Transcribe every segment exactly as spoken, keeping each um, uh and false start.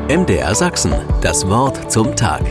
M D R Sachsen, das Wort zum Tag.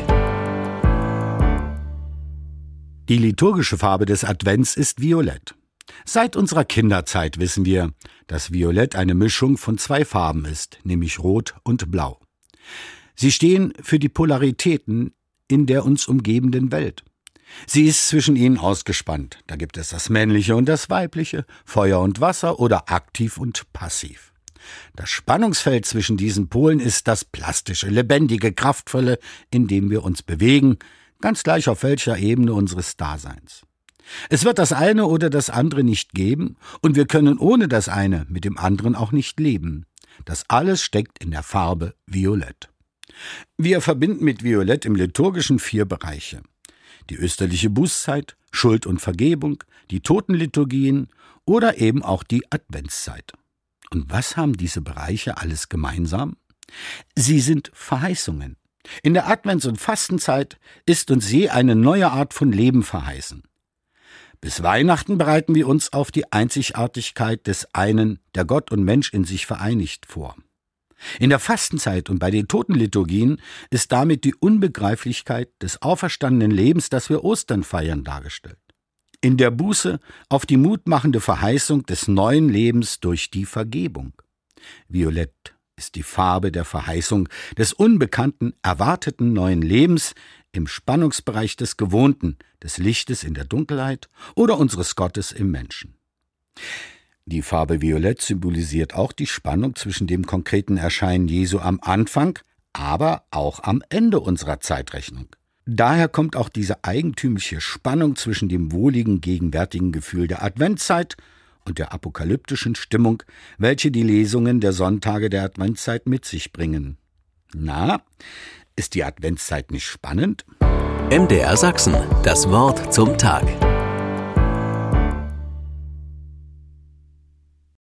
Die liturgische Farbe des Advents ist violett. Seit unserer Kinderzeit wissen wir, dass Violett eine Mischung von zwei Farben ist, nämlich Rot und Blau. Sie stehen für die Polaritäten in der uns umgebenden Welt. Sie ist zwischen ihnen ausgespannt. Da gibt es das Männliche und das Weibliche, Feuer und Wasser oder aktiv und passiv. Das Spannungsfeld zwischen diesen Polen ist das plastische, lebendige, kraftvolle, in dem wir uns bewegen, ganz gleich auf welcher Ebene unseres Daseins. Es wird das eine oder das andere nicht geben und wir können ohne das eine mit dem anderen auch nicht leben. Das alles steckt in der Farbe Violett. Wir verbinden mit Violett im Liturgischen vier Bereiche: die österliche Bußzeit, Schuld und Vergebung, die Totenliturgien oder eben auch die Adventszeit. Und was haben diese Bereiche alles gemeinsam? Sie sind Verheißungen. In der Advents- und Fastenzeit ist uns je eine neue Art von Leben verheißen. Bis Weihnachten bereiten wir uns auf die Einzigartigkeit des einen, der Gott und Mensch in sich vereinigt, vor. In der Fastenzeit und bei den Totenliturgien ist damit die Unbegreiflichkeit des auferstandenen Lebens, das wir Ostern feiern, dargestellt. In der Buße auf die mutmachende Verheißung des neuen Lebens durch die Vergebung. Violett ist die Farbe der Verheißung des unbekannten, erwarteten neuen Lebens im Spannungsbereich des Gewohnten, des Lichtes in der Dunkelheit oder unseres Gottes im Menschen. Die Farbe Violett symbolisiert auch die Spannung zwischen dem konkreten Erscheinen Jesu am Anfang, aber auch am Ende unserer Zeitrechnung. Daher kommt auch diese eigentümliche Spannung zwischen dem wohligen, gegenwärtigen Gefühl der Adventszeit und der apokalyptischen Stimmung, welche die Lesungen der Sonntage der Adventszeit mit sich bringen. Na, ist die Adventszeit nicht spannend? M D R Sachsen, das Wort zum Tag.